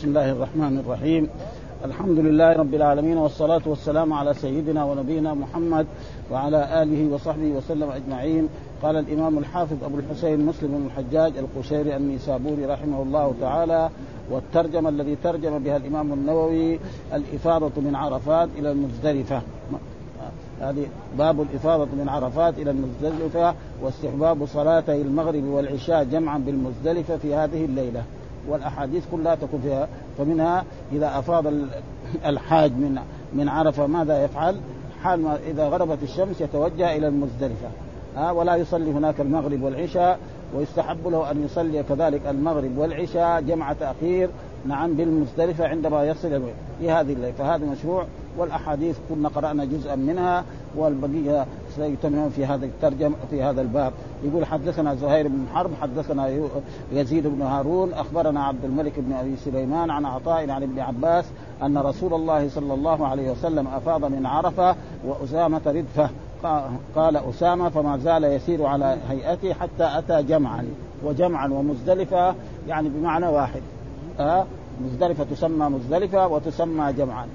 بسم الله الرحمن الرحيم. الحمد لله رب العالمين، والصلاة والسلام على سيدنا ونبينا محمد وعلى آله وصحبه وسلم أجمعين. قال الإمام الحافظ أبو الحسين مسلم بن الحجاج القشيري النيسابوري رحمه الله تعالى: والترجمة الذي ترجم بها الإمام النووي الإفاضة من عرفات إلى المزدلفة. هذه باب الإفاضة من عرفات إلى المزدلفة، واستحباب صلاتي المغرب والعشاء جمعا بالمزدلفة في هذه الليلة. والأحاديث كلها تكون فيها. فمنها إذا أفاض الحاج من عرفة ماذا يفعل؟ حال ما إذا غربت الشمس يتوجه إلى المزدلفة، ولا يصلي هناك المغرب والعشاء، ويستحب له أن يصلي كذلك المغرب والعشاء جمع تأخير بالمزدلفة عندما يصل في هذه الليلة. فهذا مشروع، والأحاديث كنا قرأنا جزءا منها، والبقية سيتمون في هذا الترجمة في هذا الباب. يقول: حدثنا زهير بن حرب حدثنا يزيد بن هارون أخبرنا عبد الملك بن أبي سليمان عن عطاء عن ابن عباس أن رسول الله صلى الله عليه وسلم أفاض من عرفة وأسامة ردفة. قال أسامة: فما زال يسير على هيئته حتى أتى جمعا. وجمعا ومزدلفة يعني بمعنى واحد. مزدلفة تسمى مزدلفة وتسمى جمعا.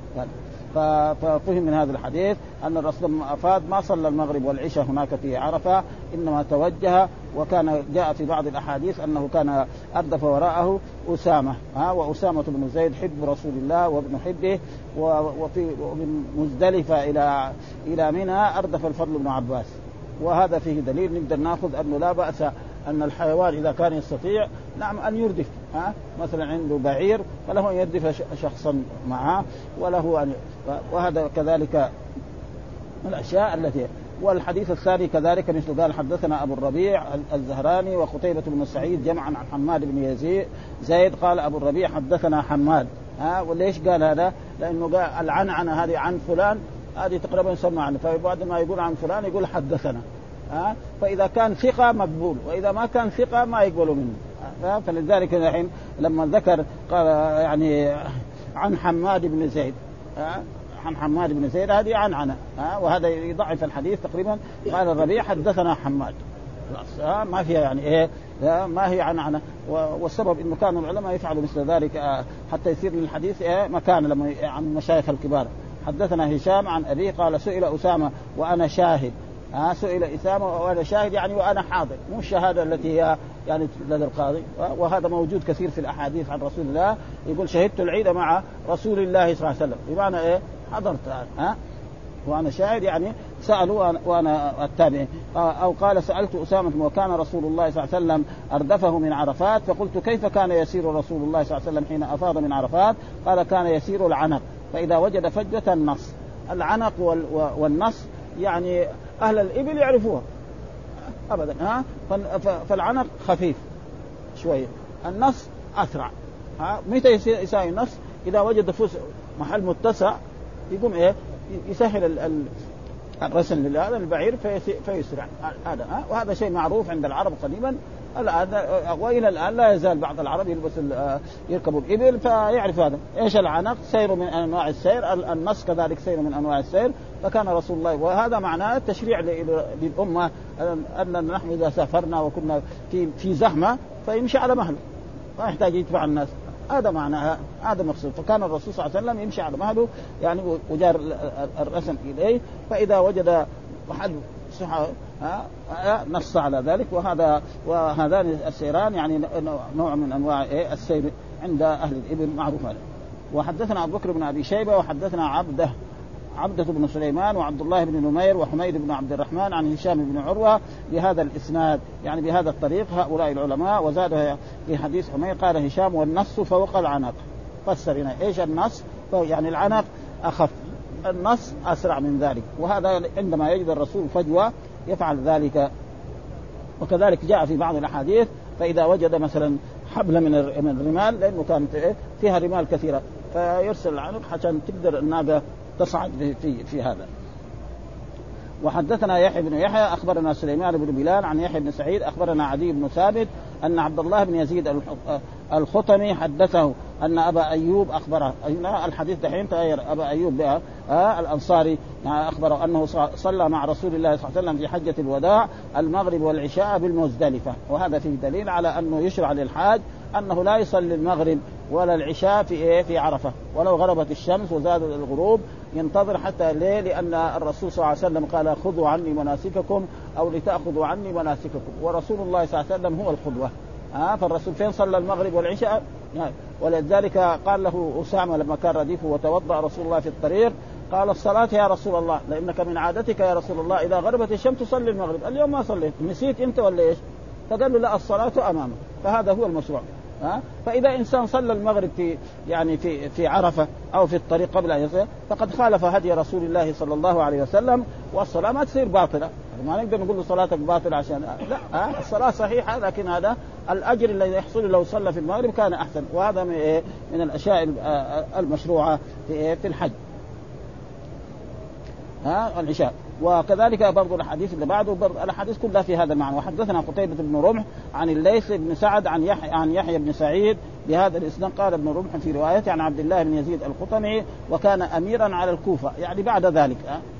ففهم من هذا الحديث أن الرسول لما أفاد ما صلى المغرب والعشاء هناك في عرفة، إنما توجه. وكان جاء في بعض الأحاديث أنه كان أردف وراءه أسامة، وأسامة بن زيد حب رسول الله وابن حبه. ومن مزدلفة إلى منى أردف الفضل بن عباس. وهذا فيه دليل نقدر نأخذ أنه لا بأس أن الحيوان إذا كان يستطيع نعم أن يردف. مثلا عنده بعير فله أن يردف شخصا معه، وله أن وهذا كذلك الأشياء التي. والحديث الثاني كذلك مثل قال: حدثنا أبو الربيع الزهراني وقتيبة بن سعيد جمعا عن حماد بن زيد. قال أبو الربيع: حدثنا حماد. وليش قال هذا؟ لأنه قال العنعنة هذه عن فلان، هذه تقريبا يسمى عنه، فبعد ما يقول عن فلان يقول حدثنا. فإذا كان ثقة مقبول، وإذا ما كان ثقة ما يقبلوا منه. فلذلك الحين لما ذكر قال يعني عن حماد بن زيد، عن حماد بن زيد هذه عنعنة، وهذا يضعف الحديث تقريبا. قال الربيع: حدثنا حماد. ما فيها يعني إيه، ما هي عنعنة. والسبب إنه كانوا العلماء يفعلوا مثل ذلك حتى يصير للحديث مكان لما عن المشايخ الكبار. حدثنا هشام عن أبيه قال: سئل أسامة وأنا شاهد. سئل أسامة وأنا شاهد يعني وأنا حاضر، مو الشهادة التي هي يعني لدى القاضي. وهذا موجود كثير في الأحاديث عن رسول الله. يقول: شهدت العيد مع رسول الله صلى الله عليه وسلم، بمعنى إيه؟ حضرت. وأنا شاهد يعني سألوا وأنا التابع. أو قال: سألت أسامة وكان رسول الله صلى الله عليه وسلم أردفه من عرفات، فقلت: كيف كان يسير رسول الله صلى الله عليه وسلم حين أفاض من عرفات؟ قال: كان يسير العنق، فإذا وجد فجوة النص. العنق والنص يعني أهل الإبل يعرفوها أبدا. فالعنق خفيف شوية، النص أسرع. متى يساوي النص؟ إذا وجد محل متسع يقوم إيه يسهل الرسل لهذا البعير فيسرع هذا. وهذا شيء معروف عند العرب قديما. الآن وإلى الآن لا يزال بعض العرب يركبوا الإبل فيعرف هذا. إيش العنق؟ سير من أنواع السير، النص كذلك سير من أنواع السير. فكان رسول الله، وهذا معناه تشريع للأمة أن نحن إذا سافرنا وكنا في زحمة فيمشي على مهله، ما يحتاج يتبع الناس. هذا معناه، هذا مقصود. فكان الرسول صلى الله عليه وسلم يمشي على مهله يعني وجار الرسم إليه، فإذا وجد محل نص على ذلك. وهذان السيران يعني نوع من أنواع السير عند أهل الإبل معروف هذا. وحدثنا أبو بكر بن أبي شيبة وحدثنا عبدة بن سليمان وعبد الله بن نمير وحميد بن عبد الرحمن عن هشام بن عروة بهذا الإسناد، يعني بهذا الطريق هؤلاء العلماء. وزاد في حديث حميد قال هشام: والنص فوق العنق. فسر هنا إيش النص؟ يعني العنق أخف، النص أسرع من ذلك. وهذا عندما يجد الرسول فجوة يفعل ذلك. وكذلك جاء في بعض الأحاديث: فإذا وجد مثلا حبل من الرمال، لأنه كانت فيها رمال كثيرة، فيرسل العنق حتى تقدر الناقة تصعد في هذا. وحدثنا يحيى بن يحيى أخبرنا سليمان بن بلال عن يحيى بن سعيد أخبرنا عدي بن ثابت أن عبد الله بن يزيد الخطمي حدثه أن أبا أيوب أخبره. الحديث دحين تغير. أبا أيوب الأنصاري أخبره أنه صلى مع رسول الله صلى الله عليه وسلم في حجة الوداع المغرب والعشاء بالمزدلفة. وهذا فيه دليل على أنه يشرع للحاج أنه لا يصلي المغرب ولا العشاء في عرفة، ولو غربت الشمس وزاد الغروب ينتظر حتى ليه؟ لأن الرسول صلى الله عليه وسلم قال خذوا عني مناسككم أو لتأخذوا عني مناسككم، ورسول الله صلى الله عليه وسلم هو القدوة. فالرسول فين صلى المغرب والعشاء؟ ولذلك قال له أسامة لما كان رديفه وتوضأ رسول الله في الطريق قال الصلاة يا رسول الله، لأنك من عادتك يا رسول الله إذا غربت الشمس تصلي المغرب، اليوم ما صليت، نسيت أنت ولا إيش؟ فقال له لا، الصلاة أمامك. فهذا هو المشروع. فإذا إنسان صلى المغرب في عرفة أو في الطريق قبل أن يصل فقد خالف هدي رسول الله صلى الله عليه وسلم، والصلاة ما تصير باطلة. ما نقدر نقول له صلاتك باطلة عشان لا، الصلاة صحيحة، لكن هذا الأجر الذي يحصل لو صلى في المغرب كان أحسن. وهذا من الأشياء المشروعة في الحج العشاء. وكذلك برضو الحديث اللي بعده الحديث كلها في هذا المعنى. وحدثنا قتيبة بن رمح عن الليث بن سعد عن يحيى بن سعيد بهذا الاسناد. قال ابن رمح في روايته عن عبد الله بن يزيد القطمي وكان أميرا على الكوفة، يعني بعد ذلك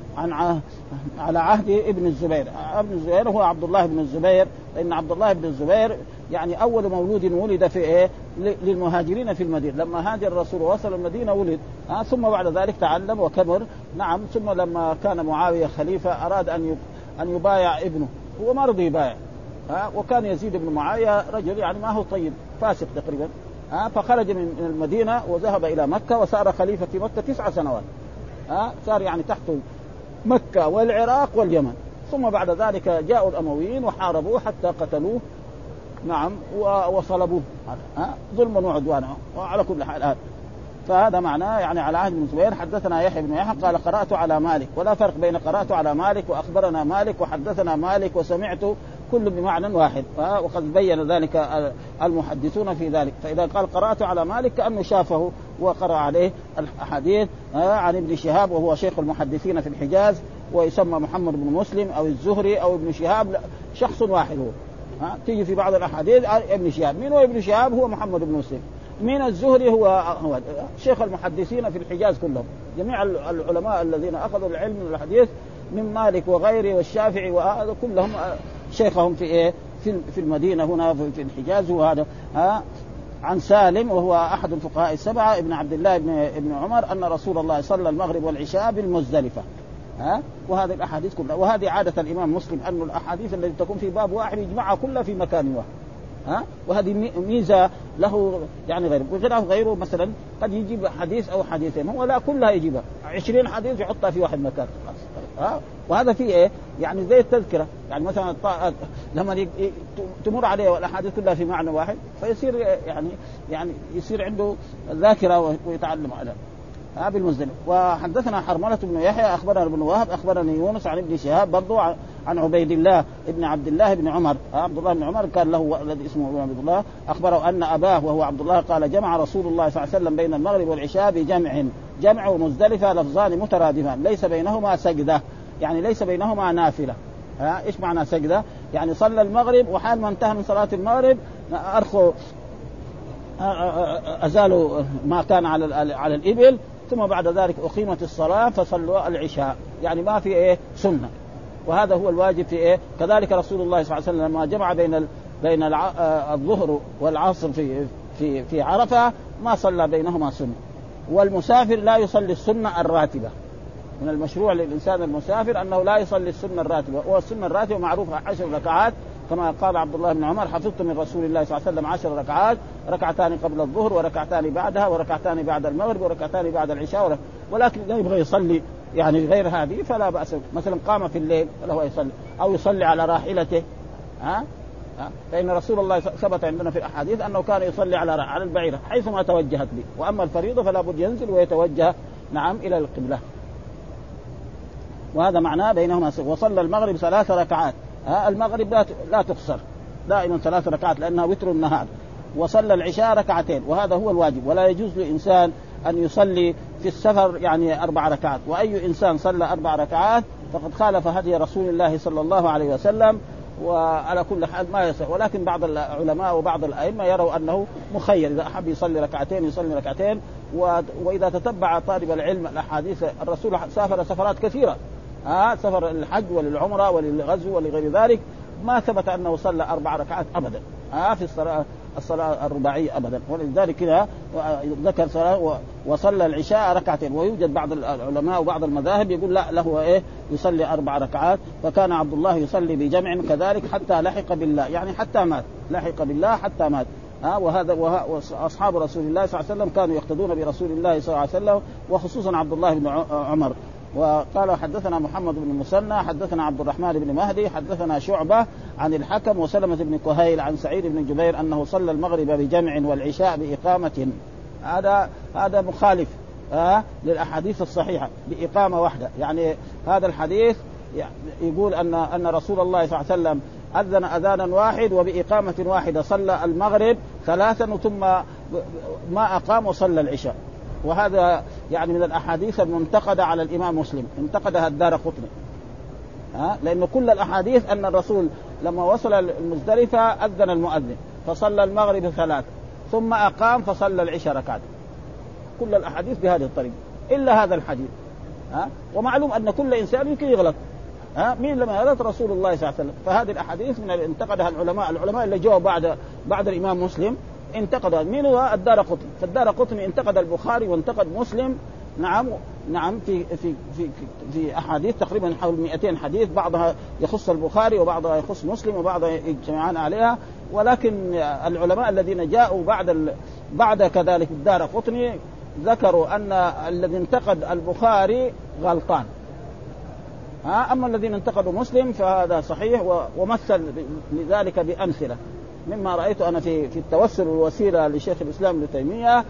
على عهد ابن الزبير. ابن الزبير هو عبد الله بن الزبير، لأن عبد الله بن الزبير يعني أول مولود ولد في للمهاجرين في المدينة. لما هاجر الرسول ووصل المدينة ولد، ثم بعد ذلك تعلم وكبر. نعم. ثم لما كان معاوية خليفة أراد أن يبايع ابنه، هو ما رضي يبايع. وكان يزيد بن معاوية رجل يعني ما هو طيب، فاسق تقريبا. فخرج من المدينة وذهب إلى مكة وصار خليفة في مكة 9 سنوات. صار يعني تحت مكة والعراق واليمن. ثم بعد ذلك جاءوا الأمويين وحاربوه حتى قتلوه. نعم. وصلبوه ظلما وعدوانا. وعلى كل حال فهذا معناه يعني على عهد بن زبير. حدثنا يحيى بن يحيى قال قرأت على مالك، ولا فرق بين قرأت على مالك وأخبرنا مالك وحدثنا مالك وسمعت، كل بمعنى واحد. وقد بين ذلك المحدثون في ذلك. فإذا قال قرأت على مالك كأنه شافه وقرأ عليه الحديث عن ابن شهاب، وهو شيخ المحدثين في الحجاز، ويسمى محمد بن مسلم أو الزهري أو ابن شهاب، شخص واحد هو. تيجي في بعض الأحاديث ابن شهاب. مين هو ابن شهاب؟ هو محمد بن مسلم. مين الزهري؟ هو شيخ المحدثين في الحجاز كلهم، جميع العلماء الذين أخذوا العلم من الحديث من مالك وغيره والشافعي وهذا كلهم شيخهم في المدينة هنا في الحجاز. وهذا عن سالم وهو أحد الفقهاء السبعة ابن عبد الله ابن عمر أن رسول الله صلى المغرب والعشاء بالمزدلفة. وهذه الأحاديث كلها، وهذه عادة الإمام مسلم أن الأحاديث التي تكون في باب واحد يجمعها كلها في مكان واحد. وهذه ميزة له يعني غيره مثلا قد يجيب حديث أو حديثين، هو لا كلها يجيبها 20 حديث يحطها في واحد مكان. وهذا فيه يعني زي التذكرة، يعني مثلا لما تمر عليه والأحاديث كلها في معنى واحد فيصير يعني يصير عنده ذاكرة ويتعلم على بالمزدلفة. وحدثنا حرملة بن يحيى أخبرنا ابن وهب أخبرني يونس عن ابن شهاب برضو عن عبيد الله ابن عبد الله بن عمر. عبد الله بن عمر كان له الذي اسمه عبد الله، أخبره أن أباه وهو عبد الله قال جمع رسول الله صلى الله عليه وسلم بين المغرب والعشاء بجمع. جمع ومزدلفة لفظان مترادفان ليس بينهما سجدة، يعني ليس بينهما نافلة. إيش معنى سجدة؟ يعني صلى المغرب وحال ما انتهى من صلاة المغرب أزالوا ما كان على الإبل، ثم بعد ذلك أقيمت الصلاة فصلوا العشاء، يعني ما في سنة. وهذا هو الواجب في كذلك رسول الله صلى الله عليه وسلم لما جمع بين الظهر والعصر في عرفة ما صلى بينهما سنة. والمسافر لا يصلي السنة الراتبة. من المشروع للإنسان المسافر أنه لا يصلي السنة الراتبة، والسنة الراتبة معروفة 10 ركعات كما قال عبد الله بن عمر حفظت من رسول الله صلى الله عليه وسلم 10 ركعات، ركعتان قبل الظهر وركعتان بعدها وركعتان بعد المغرب وركعتان بعد العشاء. ولكن لا يبغى يصلي يعني غير هذه فلا بأس. مثلا قام في الليل فله يصلي أو يصلي على راحلته. فإن رسول الله ثبت عندنا في الأحاديث أنه كان يصلي على البعيرة حيثما توجهت به، وأما الفريضة فلا بد ينزل ويتوجه إلى القبلة. وهذا معناه بينهما. وصلى المغرب 3 ركعات. المغرب لا تقصر، دائما 3 ركعات لأنها وتر النهار. وصلى العشاء 2 وهذا هو الواجب. ولا يجوز لإنسان أن يصلي في السفر 4 ركعات. وأي إنسان صلى 4 ركعات فقد خالف هدي رسول الله صلى الله عليه وسلم وعلى كل حال ما يصح. ولكن بعض العلماء وبعض الأئمة يروا أنه مخير، إذا أحب يصلي ركعتين يصلي ركعتين. وإذا تتبع طالب العلم الأحاديث، الرسول سافر سفرات كثيرة، سفر للحج وللعمرة وللغزو ولغير ذلك، ما ثبت أنه صلى 4 ركعات أبدا في الصلاة الرباعية أبدا. ولذلك كذا ذكر صلاة وصلى العشاء ركعتين. ويوجد بعض العلماء وبعض المذاهب يقول لا، له يصلي 4 ركعات. فكان عبد الله يصلي بجمع كذلك حتى لحق بالله، يعني حتى مات، لحق بالله حتى مات. وهذا وأصحاب رسول الله صلى الله عليه وسلم كانوا يقتدون برسول الله صلى الله عليه وسلم، وخصوصا عبد الله بن عمر. وقال حدثنا محمد بن المثنى حدثنا عبد الرحمن بن مهدي حدثنا شعبة عن الحكم وسلمة بن كهيل عن سعيد بن جبير أنه صلى المغرب بجمع والعشاء بإقامة. هذا مخالف للأحاديث الصحيحة بإقامة واحدة. يعني هذا الحديث يقول أن رسول الله صلى الله عليه وسلم أذن أذانا واحد وبإقامة واحدة، صلى المغرب 3 ثم ما أقام وصلى العشاء. وهذا يعني من الأحاديث المنتقدة على الإمام مسلم، انتقدها الدارقطني، لأن كل الأحاديث أن الرسول لما وصل المزدلفة أذن المؤذن فصلى المغرب 3 ثم أقام فصلى العشاء ركعتين. كل الأحاديث بهذه الطريقة إلا هذا الحديث. ومعلوم أن كل إنسان يمكن يغلط، مين لما يغلط؟ رسول الله صلى الله عليه وسلم. فهذه الأحاديث من انتقدها العلماء اللي جاءوا بعد الإمام مسلم انتقد. مين هو؟ الدارقطني. فالدارقطني انتقد البخاري وانتقد مسلم. نعم في أحاديث تقريبا حول 200 حديث، بعضها يخص البخاري وبعضها يخص مسلم وبعضها يجتمعان عليها. ولكن العلماء الذين جاءوا بعد كذلك الدارقطني ذكروا أن الذي انتقد البخاري غلطان، أما الذين انتقدوا مسلم فهذا صحيح. ومثل لذلك بأمثلة مما رأيت أنا في التوسل والوسيلة لشيخ الإسلام ابن تيمية،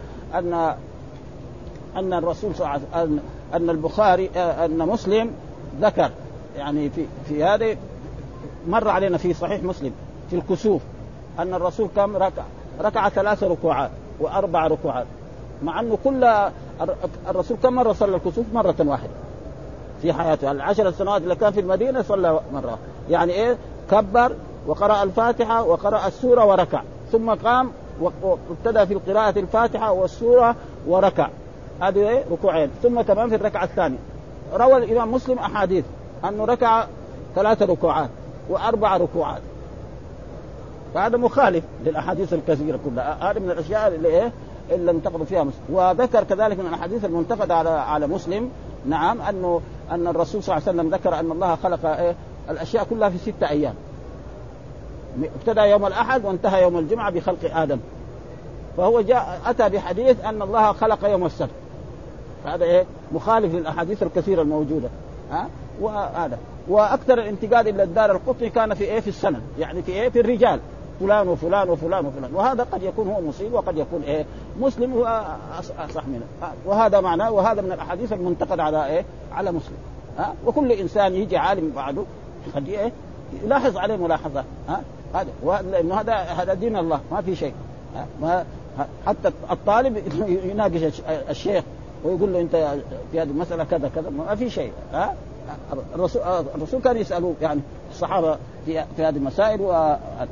أن الرسول أن البخاري أن مسلم ذكر يعني في هذه مر علينا في صحيح مسلم في الكسوف أن الرسول كم ركع 3 ركوعات و4 ركوعات، مع أنه كل الرسول كم مرة صلى الكسوف؟ مرة واحدة في حياته. 10 سنوات اللي كان في المدينة صلى مرة. يعني كبر وقرأ الفاتحة وقرأ السورة وركع، ثم قام وابتدأ في القراءة الفاتحة والسورة وركع، هذه ركوعين. ثم كمان في الركعة الثانية روى الإمام مسلم أحاديث أنه ركع 3 ركوعات و4 ركوعات، فهذا مخالف للأحاديث الكثيرة كلها. هذه من الأشياء اللي انتقدوا فيها مسلم. وذكر كذلك من الأحاديث المنتقدة على مسلم أن الرسول صلى الله عليه وسلم ذكر أن الله خلق الأشياء كلها في 6 أيام، ابتدى يوم الأحد وانتهى يوم الجمعة بخلق آدم. فهو أتى بحديث أن الله خلق يوم السبت، هذا مخالف للأحاديث الكثيرة الموجودة. وهذا وأكثر الانتقاد إلى الدارقطني كان في السنة، يعني في الرجال فلان وفلان وفلان وفلان، وهذا قد يكون هو مصيب وقد يكون مسلم هو أصح منه. وهذا معناه، وهذا من الأحاديث المنتقد على مسلم. وكل إنسان يجي عالم بعده قد يلاحظ عليه ملاحظات. هذا لأنه هذا دين الله، ما في شيء. حتى الطالب يناقش الشيخ ويقول له أنت في هذه المسألة كذا كذا، ما في شيء. الرسول كان يسألوا يعني الصحابة في هذه المسائل.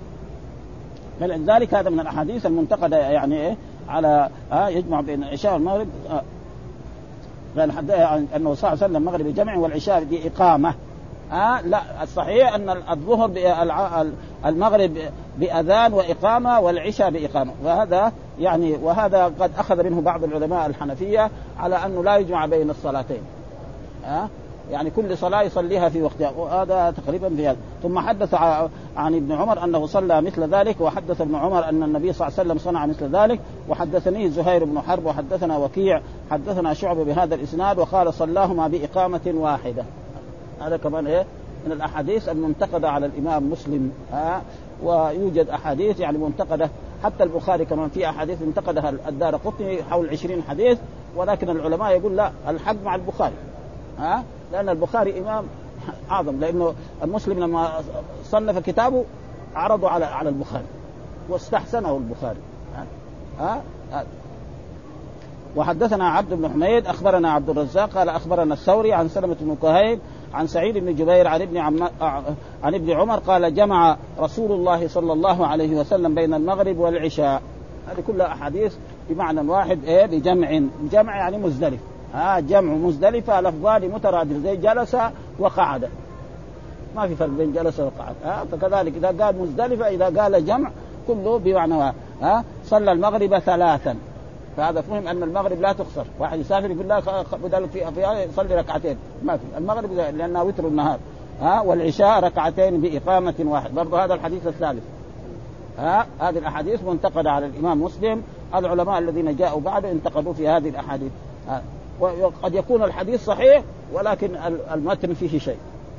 فلذلك هذا من الأحاديث المنتقدة يعني على يجمع بين العشاء والمغرب. قال أنه صلى الله عليه وسلم المغرب بجمع والعشاء بإقامة. لا، الصحيح أن الظهر المغرب بأذان وإقامة والعشاء بإقامة. وهذا يعني وهذا قد أخذ منه بعض العلماء الحنفية على أنه لا يجمع بين الصلاتين، يعني كل صلاة يصليها في وقتها، وهذا تقريبا في هذا. ثم حدث عن ابن عمر أنه صلى مثل ذلك، وحدث ابن عمر أن النبي صلى الله عليه وسلم صنع مثل ذلك. وحدثني زهير بن حرب وحدثنا وكيع حدثنا شعبة بهذا الإسناد وقال صلاهما بإقامة واحدة. هذا كمان من الأحاديث المنتقدة على الإمام مسلم. ويوجد أحاديث يعني منتقدة، حتى البخاري كمان في أحاديث انتقدها الدارقطني حول 20 حديث، ولكن العلماء يقول لا، الحق مع البخاري، لأن البخاري إمام أعظم، لأنه المسلم لما صنف كتابه عرضوا على البخاري واستحسنه البخاري. وحدثنا عبد بن حميد أخبرنا عبد الرزاق قال أخبرنا الثوري عن سلمة بن كهيل عن سعيد بن جبير عن ابن عمر قال جمع رسول الله صلى الله عليه وسلم بين المغرب والعشاء. هذه كلها أحاديث بمعنى واحد جمع يعني مزدلف. جمع مزدلفة لفظان مترادف زي جلس وقعد، ما في فرق بين جلس وقعد. فكذلك إذا قال مزدلفة إذا قال جمع كله بمعنى صلى المغرب 3. فهذا فهم أن المغرب لا تخسر، واحد يسافر بالله بدل في يصلي ركعتين ما في المغرب لأنها وتر النهار. والعشاء ركعتين بإقامة واحد. برضو هذا الحديث الثالث. هذه الأحاديث منتقدة على الإمام مسلم. العلماء الذين جاءوا بعده انتقدوا في هذه الأحاديث. وقد يكون الحديث صحيح ولكن المتن فيه شيء.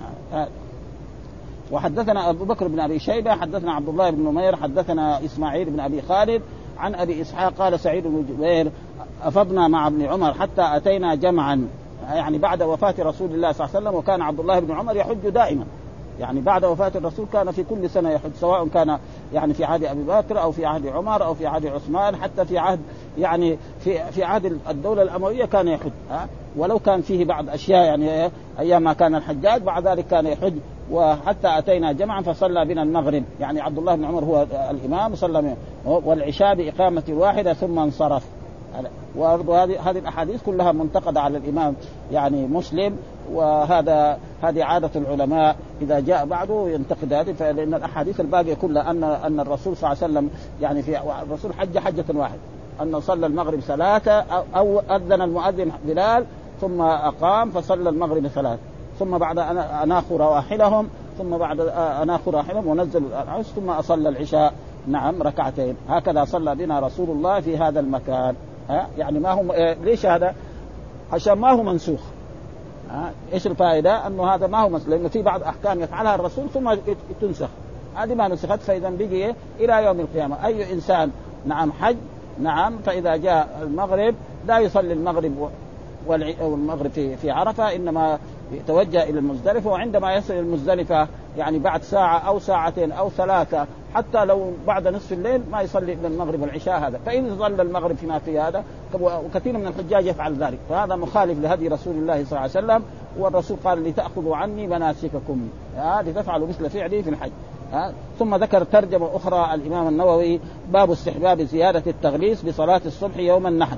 وحدثنا أبو بكر بن أبي شيبة حدثنا عبد الله بن نمير حدثنا إسماعيل بن أبي خالد عن أبي إسحاق قال سعيد بن جبير أفضنا مع ابن عمر حتى أتينا جمعا، يعني بعد وفاة رسول الله صلى الله عليه وسلم. وكان عبد الله بن عمر يحج دائما، يعني بعد وفاة الرسول كان في كل سنة يحج، سواء كان يعني في عهد أبي بكر أو في عهد عمر أو في عهد عثمان، حتى في عهد يعني في عهد الدولة الأموية كان يحج. ولو كان فيه بعض أشياء يعني أيام ما كان الحجاج، بعد ذلك كان يحج. وحتى أتينا جمعا فصلى بنا المغرب، يعني عبد الله بن عمر هو الإمام صلى، والعشاء بإقامة واحدة ثم انصرف. وهذه الأحاديث كلها منتقدة على الإمام يعني مسلم. وهذه عادة العلماء إذا جاء بعده ينتقد هذه، فلأن الأحاديث الباقية كلها أن الرسول صلى الله عليه وسلم يعني في الرسول حجة واحد، أنه صلى المغرب 3 أو أذن المؤذن بلال ثم أقام فصلى المغرب 3، ثم بعد أناخوا رواحلهم، ثم بعد أناخوا راحلهم ونزل العشاء ثم أصلى العشاء ركعتين. هكذا صلى بنا رسول الله في هذا المكان. يعني ما هو ليش هذا؟ عشان ما هو منسوخ. إيش الفائدة؟ أنه هذا ما هو منسوخ، لأنه في بعض أحكام يفعلها الرسول ثم تنسخ، هذه ما نسخت، فإذا بقي إلى يوم القيامة أي إنسان حج فإذا جاء المغرب لا يصلي المغرب والمغرب في عرفة، إنما يتوجه إلى المزدلفة. وعندما يصل المزدلفة يعني بعد ساعة أو ساعتين أو 3، حتى لو بعد نصف الليل ما يصلي إلى المغرب والعشاء هذا. فإن صلى المغرب فيما في هذا، وكثير من الحجاج يفعل ذلك، فهذا مخالف لهدي رسول الله صلى الله عليه وسلم. والرسول قال لتأخذوا عني مناسككم، لتفعلوا مثل فعلي في الحج. ثم ذكر ترجمة أخرى الإمام النووي: باب استحباب زيادة التغليس بصلاة الصبح يوم النحر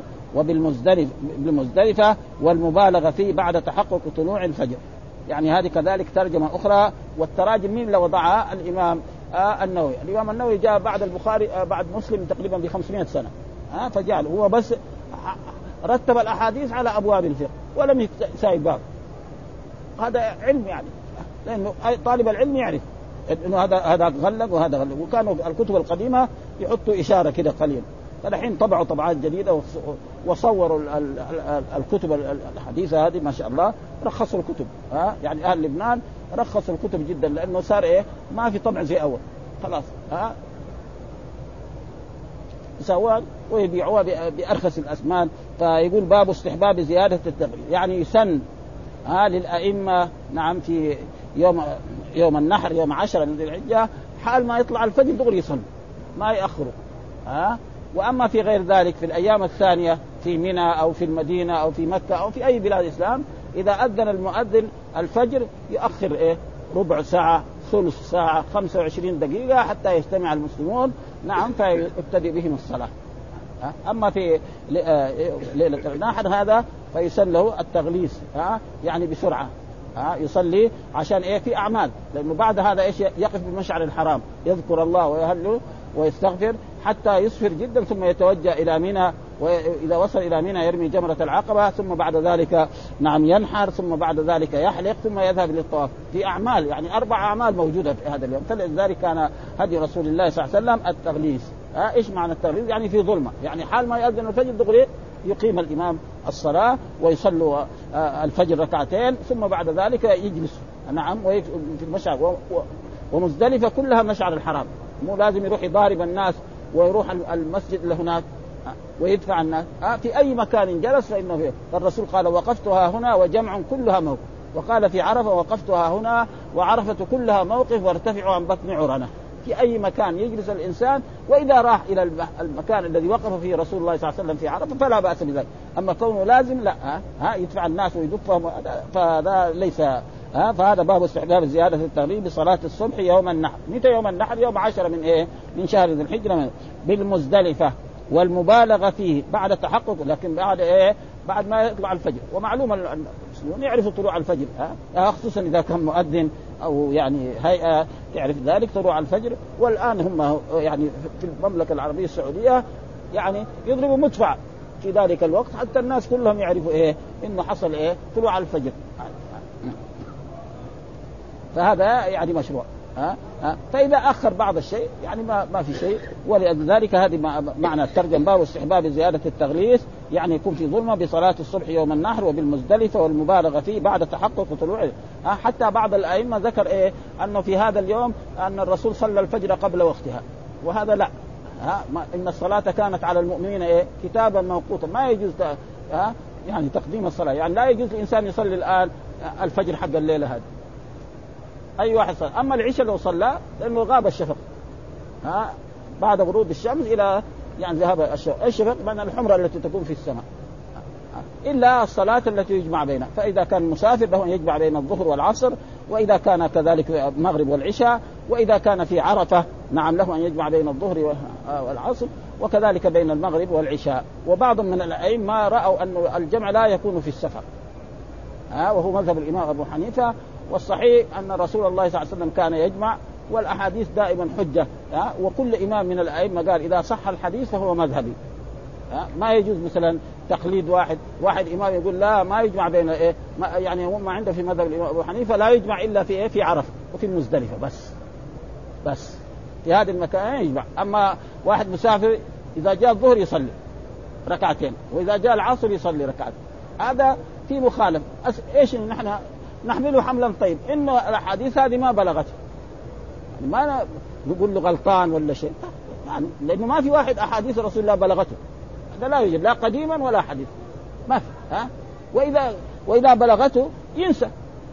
وبالمزدلفة والمبالغة فيه بعد تحقق طلوع الفجر. يعني هذه كذلك ترجمة أخرى. والتراجم مين اللي وضعها؟ الإمام النووي. الإمام النووي جاء بعد البخاري بعد مسلم تقريبا ب500 سنة، فجعل هو بس رتب الأحاديث على أبواب الفقه ولم يسايب باب. هذا علم يعني، لأنه طالب العلم يعرف إنه هذا غلق وهذا غلق. وكانوا الكتب القديمة يحطوا إشارة كده قليل، فالحين طبعوا طبعات جديدة وصوروا الكتب الحديثة هذه ما شاء الله، رخصوا الكتب. يعني أهل لبنان رخصوا الكتب جدا، لأنه صار ما في طبع زي أول، خلاص سواد ويبيعوها بأرخص الأثمان. فيقول باب استحباب زيادة التغليظ، يعني يسن للأئمة في يوم النحر يوم 10 من ذي الحجة حال ما يطلع الفجر دغري يصلي، ما يأخروا. وأما في غير ذلك في الأيام الثانية في منى أو في المدينة أو في مكة أو في أي بلاد الإسلام، إذا أذن المؤذن الفجر يؤخر ربع ساعة، ثلث ساعة، 25 دقيقة حتى يجتمع المسلمون فيبتدئ بهم الصلاة. أما في ليلة النحر هذا فيسن له التغليس، يعني بسرعة يصلي عشان في أعمال، لأنه بعد هذا يقف بمشعر الحرام يذكر الله ويهلل ويستغفر حتى يصفر جدا، ثم يتوجه إلى منى، وإذا وصل إلى منى يرمي جمرة العقبة، ثم بعد ذلك ينحر، ثم بعد ذلك يحلق، ثم يذهب للطواف. في أعمال يعني 4 أعمال موجودة في هذا اليوم. فلذلك كان هدي رسول الله صلى الله عليه وسلم التغليس. إيش معنى التغليس؟ يعني في ظلمة، يعني حال ما يأذن الفجر دغري يقيم الإمام الصلاة ويصلوا الفجر ركعتين، ثم بعد ذلك يجلس في المشعر. ومزدلفة كلها مشعر الحرام، مو لازم يروح يضارب الناس ويروح المسجد اللي هناك ويدفع الناس. في أي مكان جلس فإنه فيه. فالرسول قال وقفتها هنا وجمع كلها موقف، وقال في عرفة وقفتها هنا وعرفة كلها موقف وارتفعوا عن بطن عرنة. في أي مكان يجلس الإنسان، وإذا راح إلى المكان الذي وقف فيه رسول الله صلى الله عليه وسلم في عرفة فلا بأس بذلك. أما كونه لازم لا يدفع الناس ويدفهم، فهذا فهذا باب استحباب زيادة التغريب بصلاة الصبح يوم النحر. متى يوم النحر؟ يوم 10 من شهر ذي الحجة بالمزدلفة، والمبالغة فيه بعد التحقق، لكن بعد ما يطلع الفجر. ومعلوم المسلمون يعرفوا طلوع الفجر، خصوصا إذا كان مؤذن أو يعني هيئة تعرف ذلك طلوع الفجر. والآن هم يعني في المملكة العربية السعودية يعني يضربوا مدفع في ذلك الوقت حتى الناس كلهم يعرفوا إنه حصل طلوع الفجر. فهذا يعني مشروع. فإذا أخر بعض الشيء يعني ما في شيء. ولذلك هذه معنى الترجمة باب استحباب زيادة التغليث، يعني يكون في ظلمة بصلاة الصبح يوم النحر وبالمزدلفة والمبالغة فيه بعد تحقق طلوع. حتى بعض الأئمة ذكر أنه في هذا اليوم أن الرسول صلى الفجر قبل وقتها، وهذا لا. إن الصلاة كانت على المؤمنين كتابا موقوتا، ما يجوز يعني تقديم الصلاة. يعني لا يجوز الإنسان يصلي الآن الفجر حق الليلة هذه، أي واحد صلى. أما العشاء لو صلى لأنه غاب الشفق بعد غروب الشمس إلى يعني ذهاب الشفق من الحمرة التي تكون في السماء، إلا الصلاة التي يجمع بينها. فإذا كان مسافر له أن يجمع بين الظهر والعصر، وإذا كان كذلك المغرب والعشاء، وإذا كان في عرفة نعم له أن يجمع بين الظهر والعصر، وكذلك بين المغرب والعشاء. وبعض من الأئمة رأوا أن الجمع لا يكون في السفر، وهو مذهب الإمام أبو حنيفة. والصحيح أن رسول الله صلى الله عليه وسلم كان يجمع، والأحاديث دائما حجة. وكل إمام من الأئمة قال إذا صح الحديث فهو مذهبي. ما يجوز مثلا تقليد واحد إمام يقول لا ما يجمع بين يعني ما عنده في مذهب الإمام أبو حنيفة لا يجمع إلا في عرفة وفي المزدلفة بس في هذه المكان يجمع. أما واحد مسافر إذا جاء الظهر يصلي ركعتين، وإذا جاء العصر يصلي ركعتين، هذا في مخالف. إيش نحن نحمله حملا طيب إنه الأحاديث هذه ما بلغت، يعني ما نقول له غلطان ولا شيء، يعني لأنه ما في واحد أحاديث رسول الله بلغته، هذا لا يوجد لا قديما ولا حديث ما في. وإذا بلغته ينسى.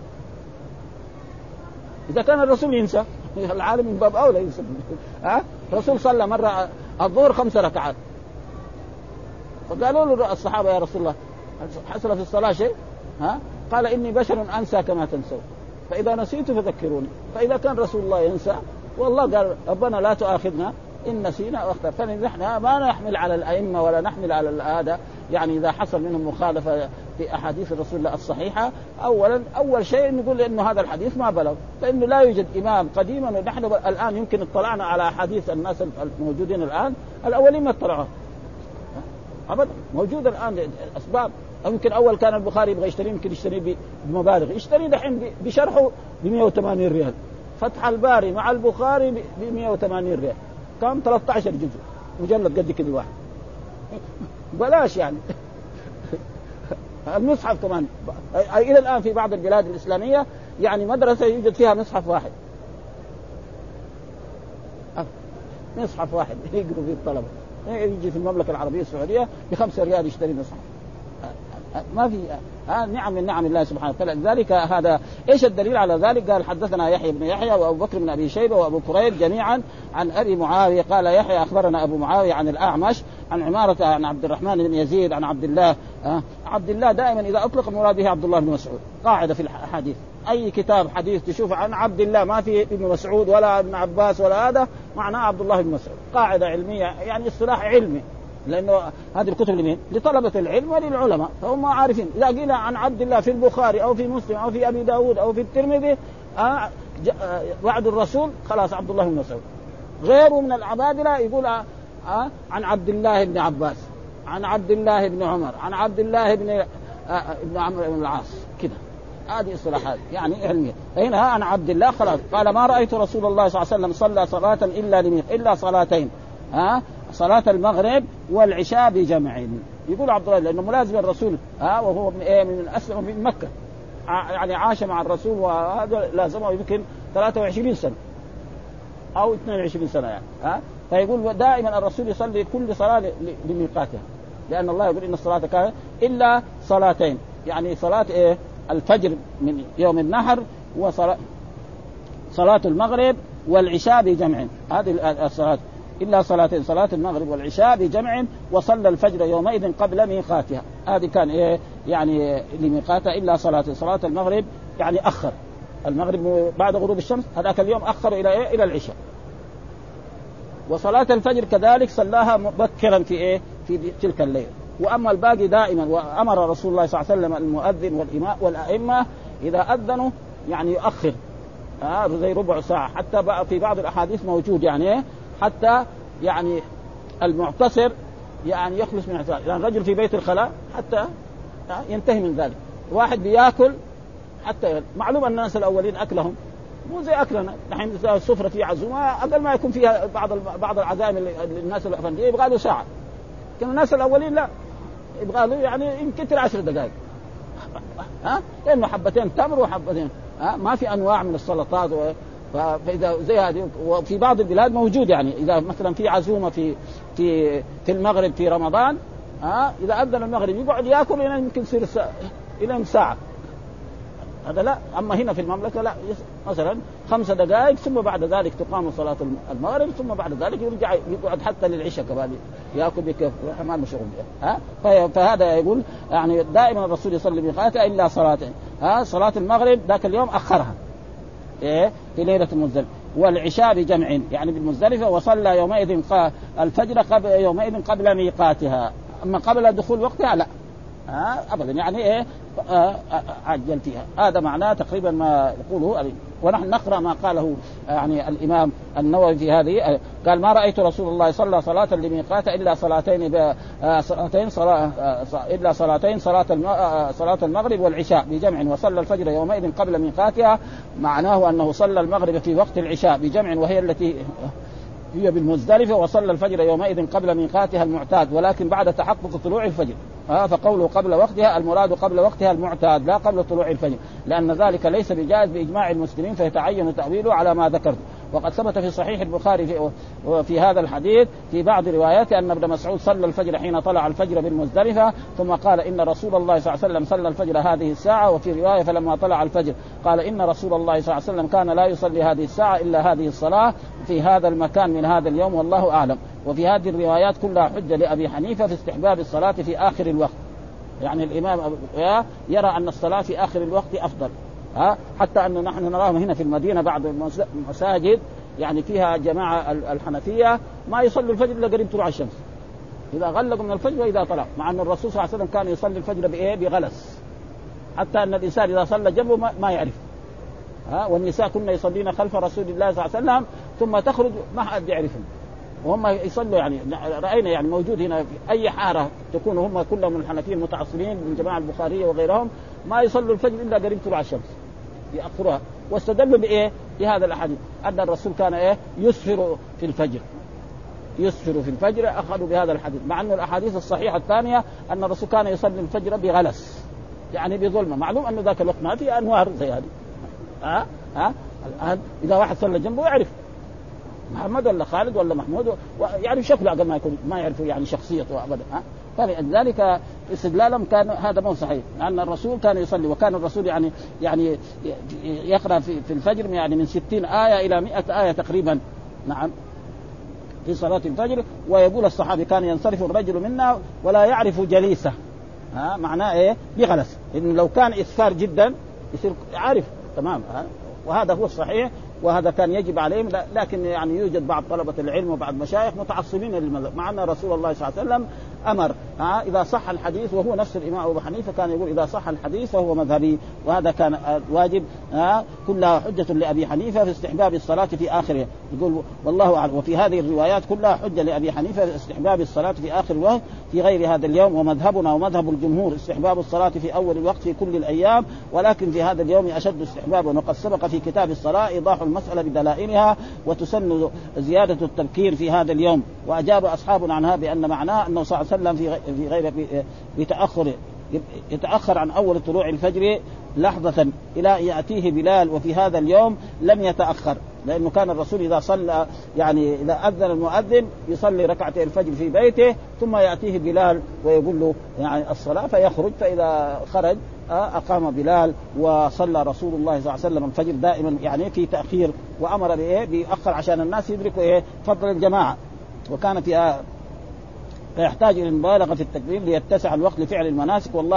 إذا كان الرسول ينسى العالم من باب أولى ينسى. الرسول صلى مرة الظهر 5 ركعات، فقالوا له الصحابة يا رسول الله حصل في الصلاة شيء؟ قال إني بشر أنسى كما تنسون، فإذا نسيت فذكروني. فإذا كان رسول الله ينسى والله قال ربنا لا تؤاخذنا إن نسينا أو أخطأنا. فنحن ما نحمل على الأئمة ولا نحمل على هذا، يعني إذا حصل منهم مخالفة في أحاديث الرسول الله الصحيحة أول شيء نقول إنه هذا الحديث ما بلغ، فإنه لا يوجد إمام قديما. ونحن الآن يمكن اطلعنا على أحاديث الناس الموجودين الآن الأولين ما اطلعوا أبدا، موجود الآن أسباب. أو يمكن أول كان البخاري يبغى يشتري يمكن يشتري بمبالغ، يشتري دحين بشرحه ب180 ريال، فتح الباري مع البخاري ب180 ريال، كم 13 جزء مجلد قد كده واحد بلاش يعني. المصحف كمان إلى الآن في بعض البلاد الإسلامية يعني مدرسة يوجد فيها مصحف واحد يقرأ فيه الطلبة. يجي في المملكة العربية السعودية ب5 ريال يشتري مصحف. ما في نعم من نعم الله سبحانه وتعالى. ذلك هذا ايش الدليل على ذلك؟ قال حدثنا يحيى بن يحيى وابو بكر بن ابي شيبه وابو كريب جميعا عن ابي معاويه قال يحيى اخبرنا ابو معاويه عن الاعمش عن عماره عن عبد الرحمن بن يزيد عن عبد الله. عبد الله دائما اذا اطلق مراد به عبد الله بن مسعود. قاعده في الحديث اي كتاب حديث تشوف عن عبد الله ما في ابن مسعود ولا ابن عباس ولا هذا معناه عبد الله بن مسعود. قاعده علميه يعني اصطلاح علمي، لأنه هذه الكتب لمين؟ لطلبة العلم وللعلماء، فهم عارفين. إذا قيل عن عبد الله في البخاري أو في مسلم أو في أبي داود أو في الترمذي بعد الرسول خلاص عبد الله بن مسعود. غيره من العبادلة يقول عن عبد الله بن عباس، عن عبد الله بن عمر، عن عبد الله بن عمرو بن العاص كده. هذه اصطلاحات يعني علمية. هنا عن عبد الله خلاص. قال ما رأيت رسول الله صلى الله عليه وسلم صلى صلاة إلا صلاتين، صلاة المغرب والعشاء بجمع. يقول عبد الله لأنه ملازم الرسول وهو من أسلم من مكة، يعني عاش مع الرسول وهذا لازمه يمكن 23 سنة أو 22 سنة يعني. فيقول دائما الرسول يصلي كل صلاة لميقاتها، لأن الله يقول إن الصلاة كانت إلا صلاتين، يعني صلاة الفجر من يوم النحر وصلاة المغرب والعشاء بجمع. هذه الصلاة إلا صلاتين، صلاة المغرب والعشاء بجمع، وصلى الفجر يومئذ قبل ميقاتها. هذه كان يعني لميقاتها إلا صلاة المغرب يعني أخر المغرب بعد غروب الشمس، هذاك اليوم أخر إلى إيه؟ إلى العشاء. وصلاة الفجر كذلك صلاها مبكرا في إيه؟ في تلك الليلة. وأما الباقي دائما، وأمر رسول الله صلى الله عليه وسلم المؤذن والإمام والأئمة إذا أذنوا يعني يؤخر زي ربع ساعة، حتى في بعض الأحاديث موجود يعني حتى يعني المعتصر يعني يخلص من العذاب، يعني رجل في بيت الخلاء حتى ينتهي من ذلك. واحد بياكل حتى معلوم أن الناس الأولين أكلهم مو زي أكلنا نحن، السفرة في عزومة أقل ما يكون فيها بعض العزائم الناس الأفندية يبغى له ساعة، لكن الناس الأولين لا، يبغى له يعني يمكن 10 دقائق لأنه حبتين تمر وحبتين ما في أنواع من السلطات. فإذا زي هذه، وفي بعض البلاد موجود يعني إذا مثلا في عزومة في المغرب في رمضان إذا أذن المغرب يقعد يأكل إلى يمكن يصير إلى ساعة، هذا لا. أما هنا في المملكة لا، مثلا 5 دقائق ثم بعد ذلك تقام صلاة المغرب، ثم بعد ذلك يرجع يقعد حتى للعشاء كمان يأكل بكيف ما مشغول بها. فهذا يقول يعني دائما الرسول يصلي بميقاته إلا صلاتين. صلاة المغرب ذاك اليوم أخرها في ليلة المزدلفة، والعشاء بجمع يعني بالمزدلفة، وصلى يومئذ الفجر يومئذ قبل ميقاتها، أما قبل دخول وقتها لا أبدا يعني عجل فيها. هذا معناه تقريبا ما يقوله. ونحن نقرأ ما قاله يعني الإمام النووي في هذه، قال ما رأيت رسول الله صلى صلاة لميقاته إلا صلاتين صلاة المغرب والعشاء بجمع، وصلى الفجر يومئذ قبل ميقاتها، معناه أنه صلى المغرب في وقت العشاء بجمع وهي التي هي بالمزدلفة، وصلى الفجر يومئذ قبل ميقاتها المعتاد ولكن بعد تحقق طلوع الفجر. فقوله قبل وقتها المراد قبل وقتها المعتاد لا قبل طلوع الفجر، لأن ذلك ليس بجائز بإجماع المسلمين، فيتعين تأويله على ما ذكرت. وقد ثبت في صحيح البخاري في هذا الحديث في بعض رواياته أن ابن مسعود صلى الفجر حين طلع الفجر بالمزدلفة، ثم قال إن رسول الله صلى الله عليه وسلم صلى الفجر هذه الساعة. وفي رواية فلما طلع الفجر قال إن رسول الله صلى الله عليه وسلم كان لا يصلي هذه الساعة إلا هذه الصلاة في هذا المكان من هذا اليوم والله أعلم. وفي هذه الروايات كلها حجة لأبي حنيفة في استحباب الصلاة في آخر الوقت، يعني الإمام يرى أن الصلاة في آخر الوقت أفضل. حتى أن نحن نراهم هنا في المدينة بعض المساجد يعني فيها جماعة الحنفية ما يصلي الفجر إلا قريب طلوع الشمس، إذا غلقوا من الفجر وإذا طلع، مع أن الرسول صلى الله عليه وسلم كان يصلي الفجر بغلس، حتى أن الإنسان إذا صلى جنبه ما يعرف. والنساء كنا يصلين خلف رسول الله صلى الله عليه وسلم ثم تخرج ما حد يعرفهم، وهم يصلوا يعني رأينا يعني موجود هنا في أي حارة تكون هم كلهم من الحنفية المتعصبين من جماعة البخارية وغيرهم ما يصلوا الفجر إلا قريب طلوع الشمس يأخرها. واستدلوا بإيه؟ بهذا الأحاديث أن الرسول كان يسفر في الفجر، أخذوا بهذا الحديث، مع أن الأحاديث الصحيحة الثانية أن الرسول كان يصلي الفجر بغلس يعني بظلمة، معلوم أنه ذاك الوقت ما في أنوار زي هذه. الآن إذا واحد صلى جنبه يعرف محمد ولا خالد ولا محمود يعني شكله قبل ما يكون ما يعرفوا يعني شخصيته أبدا. فلذلك استدلالهم كان هذا مو صحيح، لأن الرسول كان يصلي، وكان الرسول يعني يقرأ في الفجر يعني من 60 آية إلى 100 آية تقريبا نعم في صلاة الفجر. ويقول الصحابي كان ينصرف الرجل منا ولا يعرف جليسه، معناه إيه؟ بغلس، إن لو كان إسفار جدا يصير عارف تمام. وهذا هو الصحيح، وهذا كان يجب عليهم. لكن يعني يوجد بعض طلبة العلم وبعض مشايخ متعصبين للمذهب، مع أن رسول الله صلى الله عليه وسلم أمر إذا صح الحديث، وهو نفس الإمام أبو حنيفة كان يقول إذا صح الحديث فهو مذهبي، وهذا كان واجب. كلها حجة لأبي حنيفة في استحباب الصلاة في آخره، يقول والله أعلم. وفي هذه الروايات كلها حجة لأبي حنيفة في استحباب الصلاة في آخر الوقت في غير هذا اليوم. ومذهبنا ومذهب الجمهور استحباب الصلاة في أول الوقت في كل الأيام، ولكن في هذا اليوم أشد استحبابا. وقد سبق في كتاب الصلاة إيضاح المسألة بدلائلها، وتسن زيادة التبكير في هذا اليوم. وأجاب أصحابنا عنها بأن معناه أنه صلى الله عليه وسلم في غير يتأخر عن أول طلوع الفجر لحظة إلى يأتيه بلال، وفي هذا اليوم لم يتأخر، لأنه كان الرسول إذا صلى يعني إذا أذن المؤذن يصلي ركعتي الفجر في بيته، ثم يأتيه بلال ويقول له يعني الصلاة فيخرج، فإذا خرج أقام بلال وصلى رسول الله صلى الله عليه وسلم الفجر دائما يعني في تأخير، وأمر بيأخر عشان الناس يدركوا فضل الجماعة. وكان فيها فيحتاج إلى المبالغة في التكبير ليتسع الوقت لفعل المناسك، والله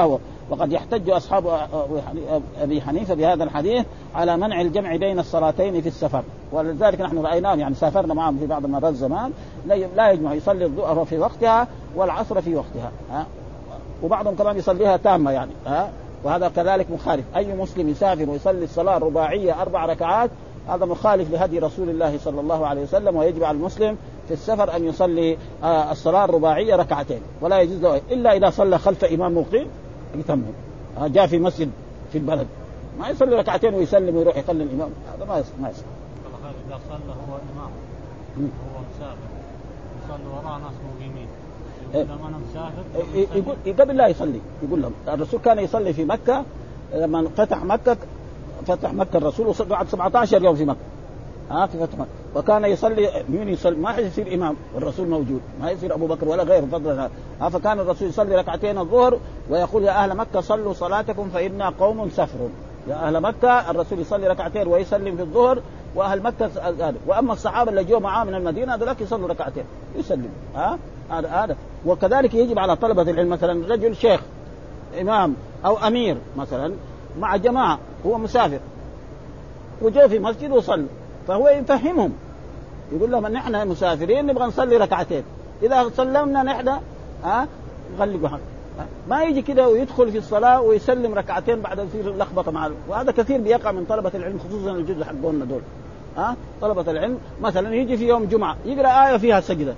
وقد يحتج أصحاب أبي حنيفة بهذا الحديث على منع الجمع بين الصلاتين في السفر، ولذلك نحن رأيناه يعني سافرنا معهم في بعض المرات زمان لا يجمع، يصلي الظهر في وقتها والعصر في وقتها وبعضهم كمان يصليها تامة يعني وهذا كذلك مخالف. أي مسلم يسافر ويصلي الصلاة الرباعية 4 ركعات هذا مخالف لهدي رسول الله صلى الله عليه وسلم، ويجب على المسلم في السفر أن يصلي الصلاة الرباعية 2 ركعات، ولا يجوز له إلا إذا صلى خلف إمام مقيم يتمم. جاء في مسجد في البلد ما يصلي 2 ركعتين ويسلم ويروح يخلي الإمام، هذا ما يصلي. إذا صلى هو إمام هو مسافر يصلي وراء ناس مقيمين لما أنا مسافر يقول قبل لا يصلي يقول لهم الرسول كان يصلي في مكة لما فتح مكة الرسول بعد 17 يوم في مكة في فتح مكة، وكان يصلي مين يصلي ما يصير إمام والرسول موجود، ما يصير أبو بكر ولا غيره فضلا فكان الرسول يصلي 2 ركعتين الظهر ويقول يا أهل مكة صلوا صلاتكم فإنا قوم سفر. يا أهل مكة الرسول يصلي 2 ركعتين ويسلم في الظهر، وأهل مكة وأما الصحابة اللي جوا معاه من المدينة ذلك يصلوا 2 ركعتين يسلم هذا. وكذلك يجب على طلبة العلم مثلا رجل شيخ إمام أو أمير مثلا مع جماعة هو مسافر وجاء في مسجد وصلوا، فهو يفهمهم يقول لهم ان احنا مسافرين نبغى نصلي 2 ركعتين، اذا سلمنا نحن غلقوا حق ما يجي كده ويدخل في الصلاه ويسلم 2 ركعتين بعد يصير لخبطه معه. وهذا كثير بيقع من طلبه العلم خصوصا الجزء حقنا دول طلبه العلم مثلا يجي في يوم جمعه يقرا ايه فيها سجده،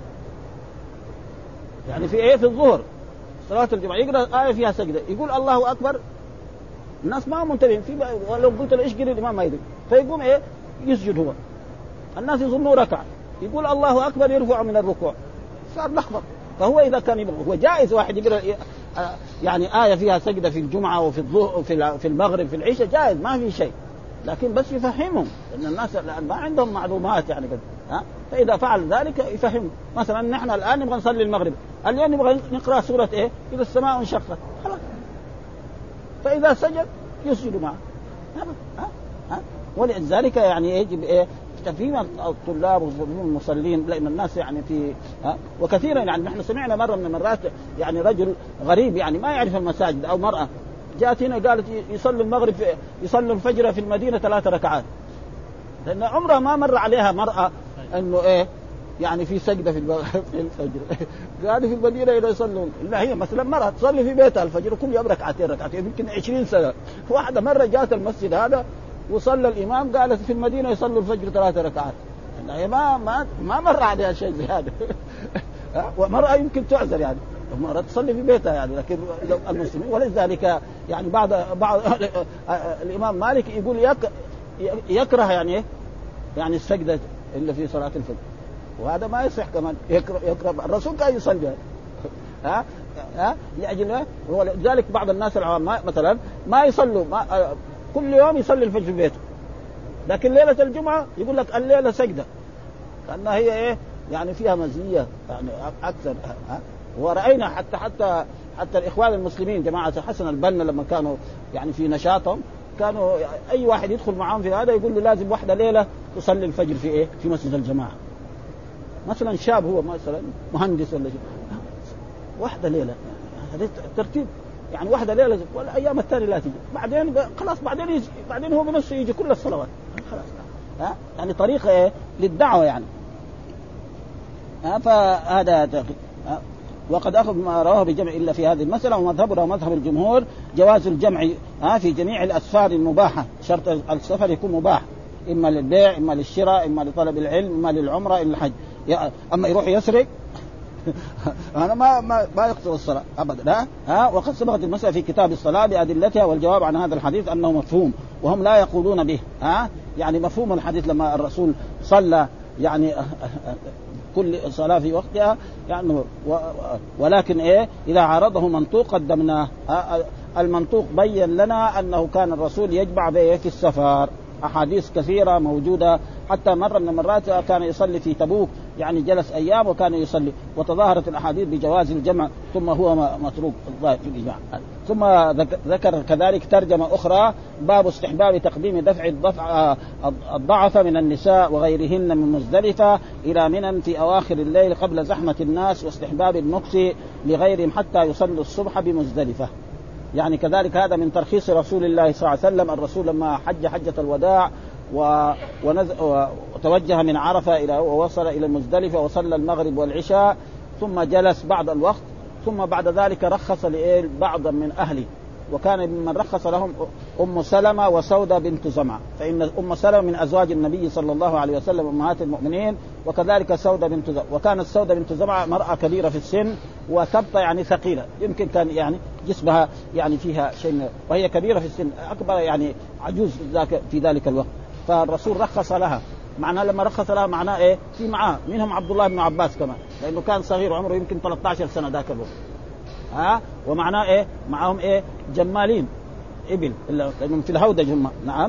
يعني في في الظهر صلاه الجمعه يقرا ايه فيها سجده يقول الله اكبر، الناس ما منتبهين ولو قلت له ايش قرأ الامام ما يدري، فيقوم يسجد هو، الناس يظنوا ركع يقول الله اكبر يرفع من الركوع، صار لخبط. فهو اذا كان هو جائز واحد يقرأ يعني آية فيها سجدة في الجمعة وفي الظهر في المغرب في العشاء جائز ما في شيء، لكن بس يفهمهم ان الناس ما عندهم معلومات يعني كده فاذا فعل ذلك يفهمهم. مثلا نحن الان نبغى نصلي المغرب، اليوم نبغى نقرأ سورة إذا السماء انشقت، خلاص فإذا سجد يسجد معه ولذلك يعني يجب تفهيم الطلاب وتفهيم المصلين، لأن الناس يعني في وكثيرا يعني نحن سمعنا مرة من المرات يعني رجل غريب يعني ما يعرف المساجد أو مرأة جاءت هنا قالت يصلي المغرب يصلي الفجر في المدينة 3 ركعات، لأن عمرها ما مر عليها مرأة إنه يعني في سجدة في الفجر قاعدة في المدينة إلى يصلون، لا هي مثلا مرة تصلي في بيتها الفجر كل يوم 2 ركعتين يمكن 20 سنة. واحدة مرة جاءت المسجد هذا وصلى الإمام قالت في المدينة يصلوا الفجر 3 ركعات، هي ما مر عليها شيء زي هذا ومرأة يمكن تعذر يعني مرة تصلي في بيتها يعني، لكن المسلمين ولذلك يعني بعض الإمام مالك يقول يكره يعني السجدة إلا في صلاة الفجر، وهذا ما يصح كمان يقرأ الرسول كان يصلي لأجل ولذلك بعض الناس العوام مثلا ما يصلوا كل يوم يصلي الفجر في بيته، لكن ليلة الجمعة يقول لك الليلة سجدة لأنها هي يعني فيها مزية يعني أكثر ورأينا حتى الإخوان المسلمين جماعة حسن البنا لما كانوا يعني في نشاطهم كانوا أي واحد يدخل معهم في هذا يقول له لازم واحدة ليلة تصلي الفجر في مسجد الجماعة. مثلا شاب هو مثلا مهندس ولا شيء واحدة ليلة هذا ترتيب يعني واحدة ليلة والأيام الثانية لا تيجي بعدين خلاص بعدين هو بنفسه يجي كل الصلوات خلاص يعني طريقة للدعوة يعني فهذا وقد أخذ ما رواه بجمع إلا في هذه المسألة، ومذهبنا ومذهب الجمهور جواز الجمع في جميع الأسفار المباحة، شرط السفر يكون مباح إما للبيع إما للشراء إما لطلب العلم إما للعمرة إما للحج. أما يروح يسرق أنا ما يقصر الصلاة أبدا وقد سبقت المسألة في كتاب الصلاة بأدلتها، والجواب عن هذا الحديث أنه مفهوم وهم لا يقولون به يعني مفهوم الحديث لما الرسول صلى يعني كل صلاة في وقتها يعني ولكن إذا عارضه منطوق قدمناه. المنطوق بين لنا أنه كان الرسول يجمع في السفر، أحاديث كثيرة موجودة، حتى مرة من المرات كان يصلي في تبوك يعني جلس أيام وكان يصلي، وتظاهرت الأحاديث بجواز الجمع ثم هو متروك الظاهر في الإجماع. ثم ذكر كذلك ترجمة أخرى باب استحباب تقديم دفع الضعف من النساء وغيرهن من مزدلفة إلى منى في أواخر الليل قبل زحمة الناس، واستحباب النقص لغيرهم حتى يصلوا الصبح بمزدلفة. يعني كذلك هذا من ترخيص رسول الله صلى الله عليه وسلم. الرسول لما حج حجة الوداع وتوجه من عرفة إلى ووصل إلى المزدلفة وصلى المغرب والعشاء ثم جلس بعض الوقت، ثم بعد ذلك رخص لبعض من أهله، وكان من رخص لهم أم سلمة وسودة بنت زمعة، فإن أم سلمة من أزواج النبي صلى الله عليه وسلم أمهات المؤمنين، وكذلك سودة بنت زمعة. وكانت سودة بنت زمعة مرأة كبيرة في السن وثبتة يعني ثقيلة، يمكن كان يعني جسمها يعني فيها شيء، وهي كبيرة في السن أكبر يعني عجوز في ذلك الوقت، فالرسول رخص لها. معناه لما رخص لها معناه إيه؟ في معاه منهم عبد الله بن عباس كمان، لأنه كان صغير عمره يمكن 13 سنة ذاك الوقت. ومعناه إيه؟ معهم إيه؟ جمالين إبل، لأنهم في الهودج هم. نعم.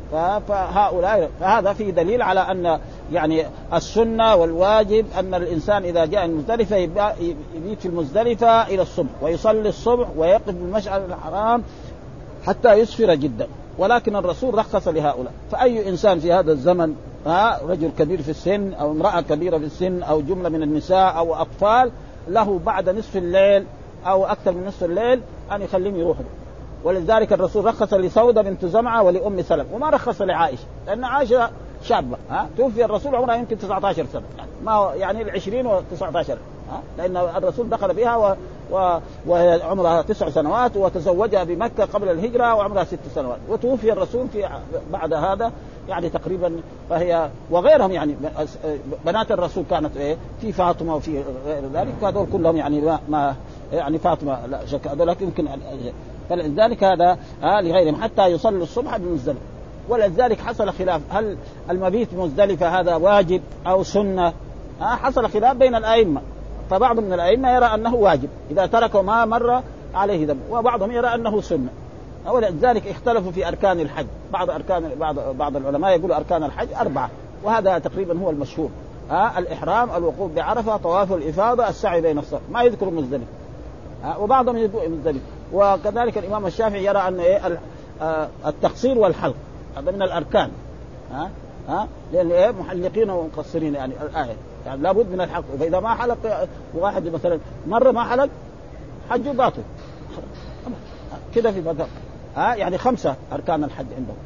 فهؤلاء، فهذا فيه دليل على أن يعني السنة والواجب أن الإنسان إذا جاء المزدلفة يبيت في المزدلفة إلى الصبح، ويصلي الصبح ويقف بالمشعر الحرام حتى يسفر جدا. ولكن الرسول رخص لهؤلاء. فأي إنسان في هذا الزمن، رجل كبير في السن أو امرأة كبيرة في السن أو جملة من النساء أو أطفال، له بعد نصف الليل أو أكثر من نصف الليل أن يخليهم يروحوا. ولذلك الرسول رخص لسودة بنت زمعة ولأم سلمة، وما رخص لعائشة، لأن عائشة شابة. توفي الرسول عمرها يمكن 19 سنة، ما يعني 20 و19، لأن الرسول دخل بها وعمرها 9 سنوات، وتزوجها بمكة قبل الهجرة وعمرها 6 سنوات، وتوفي الرسول في بعد هذا يعني تقريبا. فهي وغيرهم يعني بنات الرسول كانت إيه؟ في فاطمة وفي غير ذلك، هذول كلهم يعني ما يعني فاطمة لا شك هذول يمكن. فلذلك هذا لغيرهم حتى يصلوا الصبح بمزدلفة. ولذلك حصل خلاف، هل المبيت مزدلفة هذا واجب أو سنة؟ حصل خلاف بين الأئمة، فبعض من الأئمة يرى أنه واجب إذا تركوا ما مر عليه ذنب، وبعضهم يرى أنه سنة. ولذلك اختلفوا في أركان الحج. بعض العلماء يقولوا أركان الحج 4، وهذا تقريبا هو المشهور. الإحرام، الوقوف بعرفة، طواف الإفاضة، السعي بين الصف، ما يذكر مزدلفة. وبعضهم يذكر مزدلفة. وكذلك الإمام الشافعي يرى أن التقصير والحلق هذا من الأركان. لأن محلقين ومقصرين يعني الآية يعني لابد من الحلق. فإذا ما حلق واحد مثلا مرة ما حلق حجه باطل كده في مذهب. يعني 5 أركان الحج عندهم.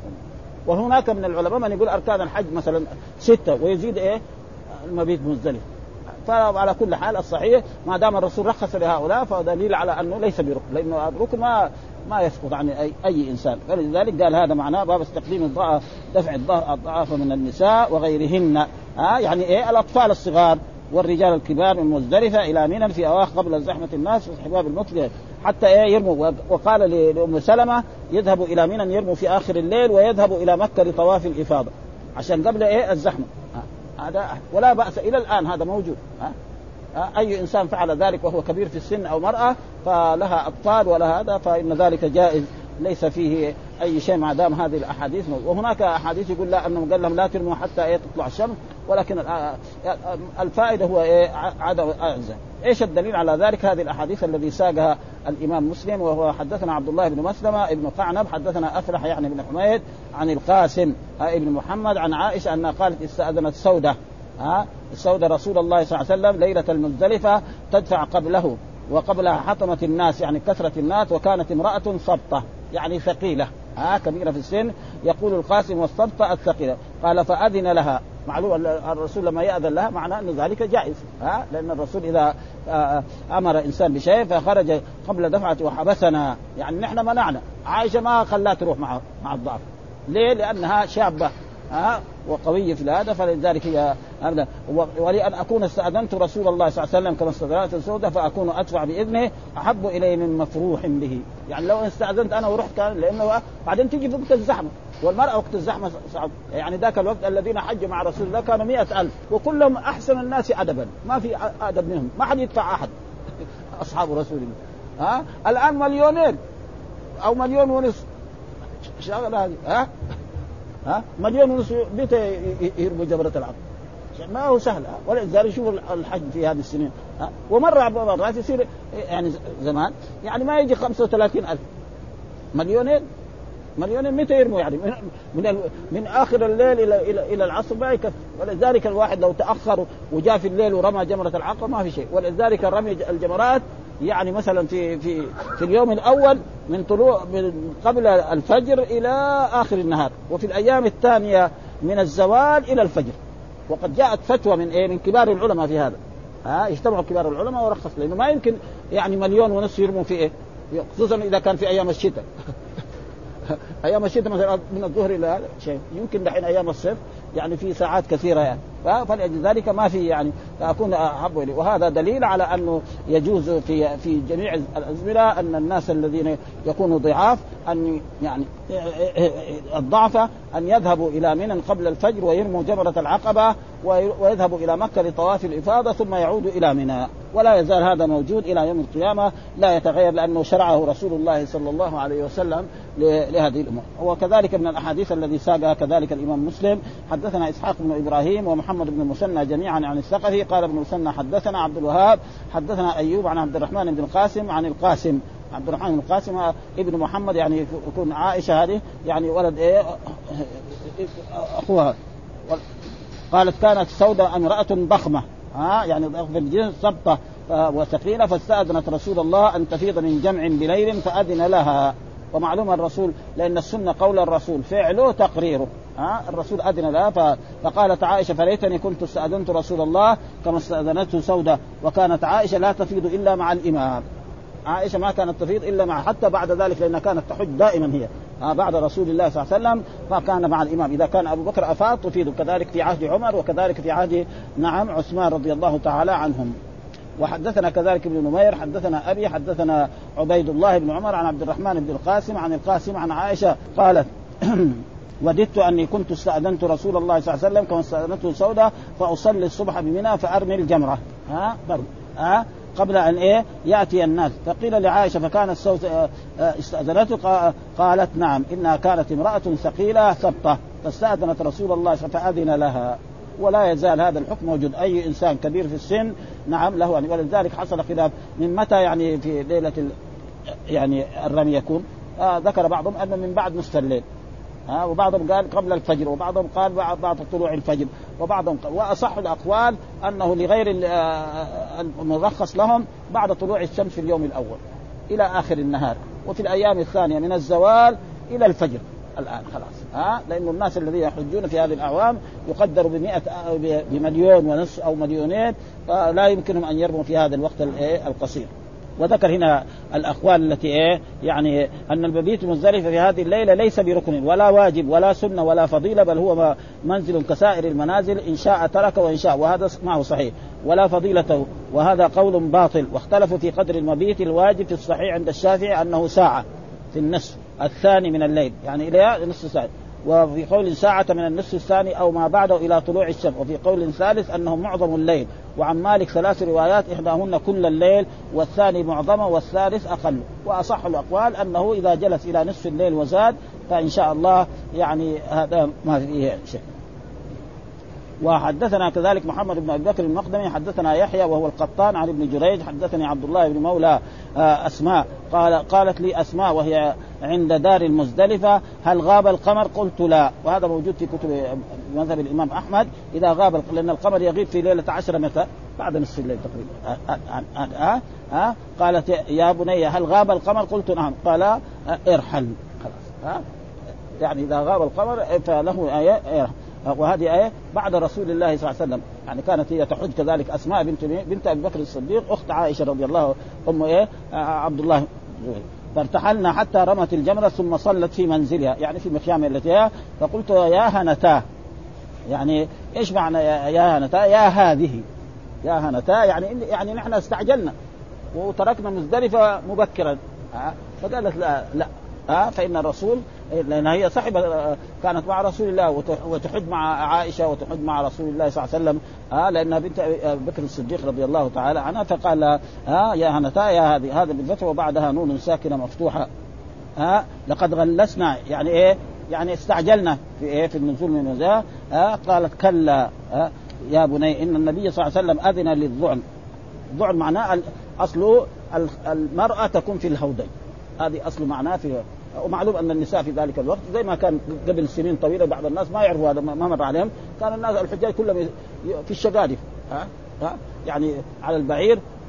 وهناك من العلماء من يقول أركان الحج مثلا 6 ويزيد المبيت مزدلفة. فعلى كل حال الصحيح ما دام الرسول رخص لهؤلاء فدليل على أنه ليس بركن، لأنه الركن ما يسقط عن أي إنسان. فلذلك قال هذا معناه باب استقديم دفع الضعف من النساء وغيرهن. يعني الأطفال الصغار والرجال الكبار من مزدلفة إلى منى في أواخر قبل زحمة الناس في حباب المطلق حتى يرموا. وقال لأم سلمة يذهبوا إلى منى يرموا في آخر الليل ويذهبوا إلى مكة لطواف الإفاضة عشان قبل الزحمة. هذا ولا بأس إلى الآن هذا موجود. أي إنسان فعل ذلك وهو كبير في السن أو مرأة فلها أطفال ولا هذا فإن ذلك جائز، ليس فيه أي شيء ما دام هذه الأحاديث. وهناك أحاديث يقول لا أنه قال لهم لا ترموا حتى تطلع الشمس، ولكن الفائدة هو عدم أعزة. إيش الدليل على ذلك؟ هذه الأحاديث الذي ساقها الإمام مسلم، وهو حدثنا عبد الله بن مسلمة ابن قعنب حدثنا أفلح يعني بن حميد عن القاسم ابن محمد عن عائشة أنها قالت استأذنت سودة السودة رسول الله صلى الله عليه وسلم ليلة المزدلفة تدفع قبله، وقبلها حطمت الناس يعني كثرة الناس، وكانت امرأة صبطة يعني ثقيلة كبيرة في السن. يقول القاسم والصبطة الثقيلة. قال فأذن لها. معلوم الرسول لما يأذن لها معناه أن ذلك جائز، لأن الرسول إذا أمر إنسان بشيء فخرج قبل دفعته وحبسنا يعني نحن منعنا. عائشة ما خلات تروح مع الضعف. ليه؟ لأنها شابة وقوية في هذا، فلذلك هي أبدا. ولأن أكون استأذنت رسول الله صلى الله عليه وسلم كما استأذنت السودة فأكون أدفع بإذنه أحب إلي من مفروح به. يعني لو استأذنت أنا ورحت كان لأنه بعدين تيجي في وقت الزحمة، والمرأة وقت الزحمة صعب. يعني ذاك الوقت الذين حجوا مع رسول الله كانوا 100,000 وكلهم أحسن الناس أدبا، ما في أدب منهم، ما حد يدفع أحد أصحاب رسول الله. الآن 2,000,000 أو 1,500,000 شغل هذه 1,500,000 بيت يرموا جبرة العقبة، ما هو سهل. ولذلك شوف الحج في هذه السنين ومرة مرات يصير يعني زمان يعني ما يجي 35,000 مليونين متى يرموا يعني من آخر الليل إلى العصر ما يكفي. ولذلك الواحد لو تأخر وجاء في الليل ورمى جمرة العقبة ما في شيء. ولذلك رمي الجمرات يعني مثلا في اليوم الأول من طلوع من قبل الفجر إلى آخر النهار، وفي الأيام الثانية من الزوال إلى الفجر. وقد جاءت فتوى من كبار العلماء في هذا، اجتمعوا كبار العلماء ورخص، لأنه ما يمكن يعني 1.5 مليون يرموا في خصوصا إذا كان في أيام الشتاء. أيام الشتاء مثلا من الظهر إلى هذا شيء، يمكن دحين أيام الصيف يعني في ساعات كثيرة يعني، فلذلك ما في يعني أكون أحب إليه. وهذا دليل على أنه يجوز في جميع الأزمنة أن الناس الذين يكونوا ضعاف أن يعني الضعفة أن يذهبوا إلى منى قبل الفجر ويرموا جمرة العقبة ويذهبوا إلى مكة لطواف الإفاضة ثم يعودوا إلى منى. ولا يزال هذا موجود إلى يوم القيامة لا يتغير، لأنه شرعه رسول الله صلى الله عليه وسلم لهذه الأمور. وكذلك من الأحاديث الذي ساقها كذلك الإمام مسلم: حدثنا إسحاق بن إبراهيم ومحمد بن المثنى جميعا عن الثقفي قال ابن المثنى حدثنا عبد الوهاب حدثنا أيوب عن عبد الرحمن بن القاسم عن القاسم. عبد الرحمن بن القاسم ابن محمد يعني يكون عائشة هذه يعني ولد أخوها. قالت كانت سوداء امرأة ضخمة يعني في الجنس سبطة وثقيلة، فاستأذنت رسول الله أن تفيض من جمع بليل فأذن لها. ومعلوم الرسول لأن السنة قول الرسول فعله تقريره، الرسول أذن لها. فقالت عائشة: فليتني كنت استأذنت رسول الله كما استأذنته سودة. وكانت عائشة لا تفيض إلا مع الإمام، عائشة ما كانت تفيض إلا مع حتى بعد ذلك، لأنها كانت تحج دائما هي بعد رسول الله صلى الله عليه وسلم، فكان مع الإمام. إذا كان أبو بكر أفاض تفيض، كذلك في عهد عمر وكذلك في عهد عثمان رضي الله تعالى عنهم. وحدثنا كذلك ابن نمير حدثنا أبي حدثنا عبيد الله بن عمر عن عبد الرحمن بن القاسم عن القاسم عن عائشة قالت: وددت أني كنت استأذنت رسول الله صلى الله عليه وسلم كما استأذنته سودة فأصلي الصبح بمنى فأرمي الجمرة قبل أن يأتي الناس. فقيل لعائشة: فكانت استأذنته؟ قالت: نعم، إنها كانت امرأة ثقيلة ثبطة فاستأذنت رسول الله فأذن لها. ولا يزال هذا الحكم موجود، أي إنسان كبير في السن نعم له. ولذلك حصل خلاف من متى يعني في ليلة يعني الرمي يكون. ذكر بعضهم أنه من بعد نصف الليل، وبعضهم قال قبل الفجر، وبعضهم قال بعد طلوع الفجر، وبعضهم قال. وأصح الأقوال أنه لغير المرخص لهم بعد طلوع الشمس في اليوم الأول إلى آخر النهار، وفي الأيام الثانية من الزوال إلى الفجر. الآن خلاص لأن الناس الذين يحجون في هذه الأعوام يقدر ب1.5 مليون أو 2 مليون، لا يمكنهم أن يرموا في هذا الوقت القصير. وذكر هنا الأقوال التي يعني أن المبيت مزدلفة في هذه الليلة ليس بركن ولا واجب ولا سنة ولا فضيلة، بل هو منزل كسائر المنازل، إن شاء ترك وإن شاء، وهذا ما هو صحيح، ولا فضيلته، وهذا قول باطل. واختلفوا في قدر المبيت الواجب، في الصحيح عند الشافعي أنه ساعة في النصف الثاني من الليل، يعني إلى نصف ساعة، وفي قول ساعة من النصف الثاني أو ما بعده إلى طلوع الشمس، وفي قول ثالث أنه معظم الليل. وعن مالك 3 روايات، إحداهن كل الليل، والثاني معظمه، والثالث أقل. وأصح الأقوال أنه إذا جلس إلى نصف الليل وزاد فإن شاء الله يعني هذا ما فيه شيء. وحدثنا كذلك محمد بن أبي بكر المقدمي حدثنا يحيى وهو القطان عن ابن جريج حدثني عبد الله بن مولى أسماء قالت لي أسماء وهي عند دار المزدلفة: هل غاب القمر؟ قلت لا. وهذا موجود في كتب مذهب الإمام أحمد، إذا غاب، لأن القمر يغيب في ليلة 10 متى؟ بعد نصف الليل تقريبا. قالت: يا بني هل غاب القمر؟ قلت نعم. قال: ارحل خلاص. يعني إذا غاب القمر فله آية. وهذه آية بعد رسول الله صلى الله عليه وسلم، يعني كانت هي تحج كذلك أسماء بنت أبي بكر الصديق أخت عائشة رضي الله عبد الله. فارتحلنا حتى رمت الجمرة ثم صلت في منزلها، يعني في مخيامها التي هي. فقلت: يا هنتا، يعني إيش معنى يا هنتا؟ يا هذه، يا هنتا يعني نحن استعجلنا وتركنا مزدلفة مبكرا. فقالت: لا فإن الرسول، لأن هي صاحبة كانت مع رسول الله وتحج مع عائشة وتحج مع رسول الله صلى الله عليه وسلم، لأنها بنت بكر الصديق رضي الله تعالى عنها. فقال: يا هنتا، يا هذه، هذا بالفتح وبعدها نون ساكنة مفتوحة. لقد غلسنا، يعني يعني استعجلنا في النزول من المزاة. قالت: كلا يا بني، إن النبي صلى الله عليه وسلم أذن للذعن. الذعن معناه أصله المرأة تكون في الهودج، هذه أصل معناه فيه. ومعلوم أن النساء في ذلك الوقت زي ما كان قبل سنين طويلة، بعض الناس ما يعرفوا هذا، ما مر عليهم، كان الناس الحجاج كلهم في الشقادف، يعني على البعير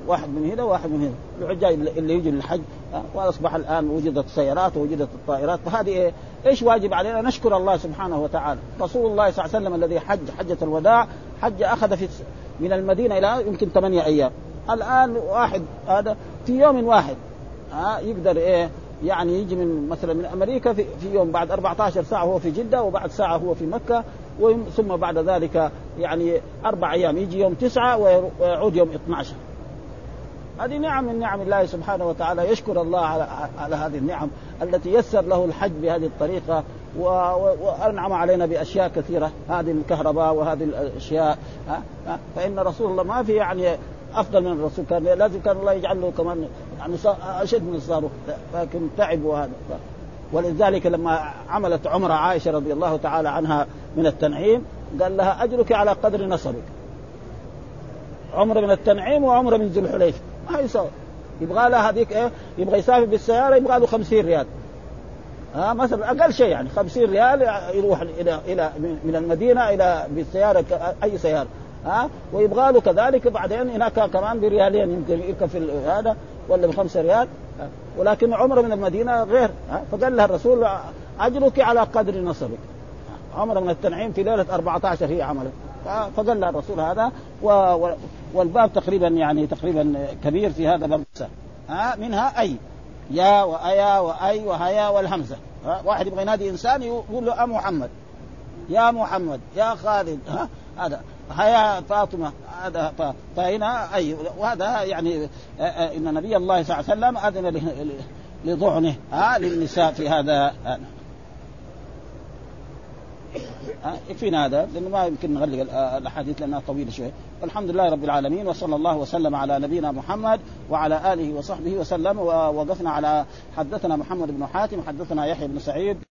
واحد من هنا واحد من هنا الحجاج اللي يجوا للحج. وأصبح الآن وجدت سيارات ووجدت الطائرات. فهذه إيش واجب علينا؟ نشكر الله سبحانه وتعالى. رسول الله صلى الله عليه وسلم الذي حج حجة الوداع حج أخذ من المدينة إلى يمكن 8 أيام. الآن واحد هذا في يوم واحد يقدر يعني يجي من مثلا من أمريكا في يوم، بعد 14 ساعة هو في جدة، وبعد ساعة هو في مكة، ثم بعد ذلك يعني 4 أيام يجي يوم 9 ويعود يوم 12. هذه نعم من نعم الله سبحانه وتعالى. يشكر الله على هذه النعم التي يسر له الحج بهذه الطريقة، وأنعم علينا بأشياء كثيرة، هذه الكهرباء وهذه الأشياء. فإن رسول الله ما في يعني أفضل من الرسول، كان لازم كان الله يجعل له كمان يعني أشد من الصاروخ، لكن تعب. وهذا ولذلك لما عملت عمرة عائشة رضي الله تعالى عنها من التنعيم قال لها أجرك على قدر نصبك. عمرة من التنعيم وعمرة من ذي الحليفة ما يساوي. يبغى لها هذيك يبغى يسافر بالسيارة يبغى له 50 ريال مثلا أقل شيء، يعني 50 ريال يروح إلى من المدينة إلى بالسيارة أي سيارة ويبغى له كذلك بعدين هناك كمان بريالين يمكن يركب في هذا ولا ب5 ريال. ولكن عمرة من المدينة غير. فقال لها الرسول أجرك على قدر نصبك. عمرة من التنعيم في ليلة 14 هي عملت. فقال لها الرسول هذا. والباب تقريبا يعني تقريبا كبير في هذا باب منها أي يا وأيا وأي وهيا والهمزة. واحد يبغى ينادي إنسان يقول له محمد، يا محمد، يا خالد، هذا هيا فاطمة، هذا فهنا أي. وهذا يعني إن نبي الله صلى الله عليه وسلم أذن لضعنه للنساء في هذا. يكفينا هذا لأنه ما يمكن نغلق الأحاديث لأنها طويلة شوية. والحمد لله رب العالمين، وصلى الله وسلم على نبينا محمد وعلى آله وصحبه وسلم. ووقفنا على حدثنا محمد بن حاتم حدثنا يحيى بن سعيد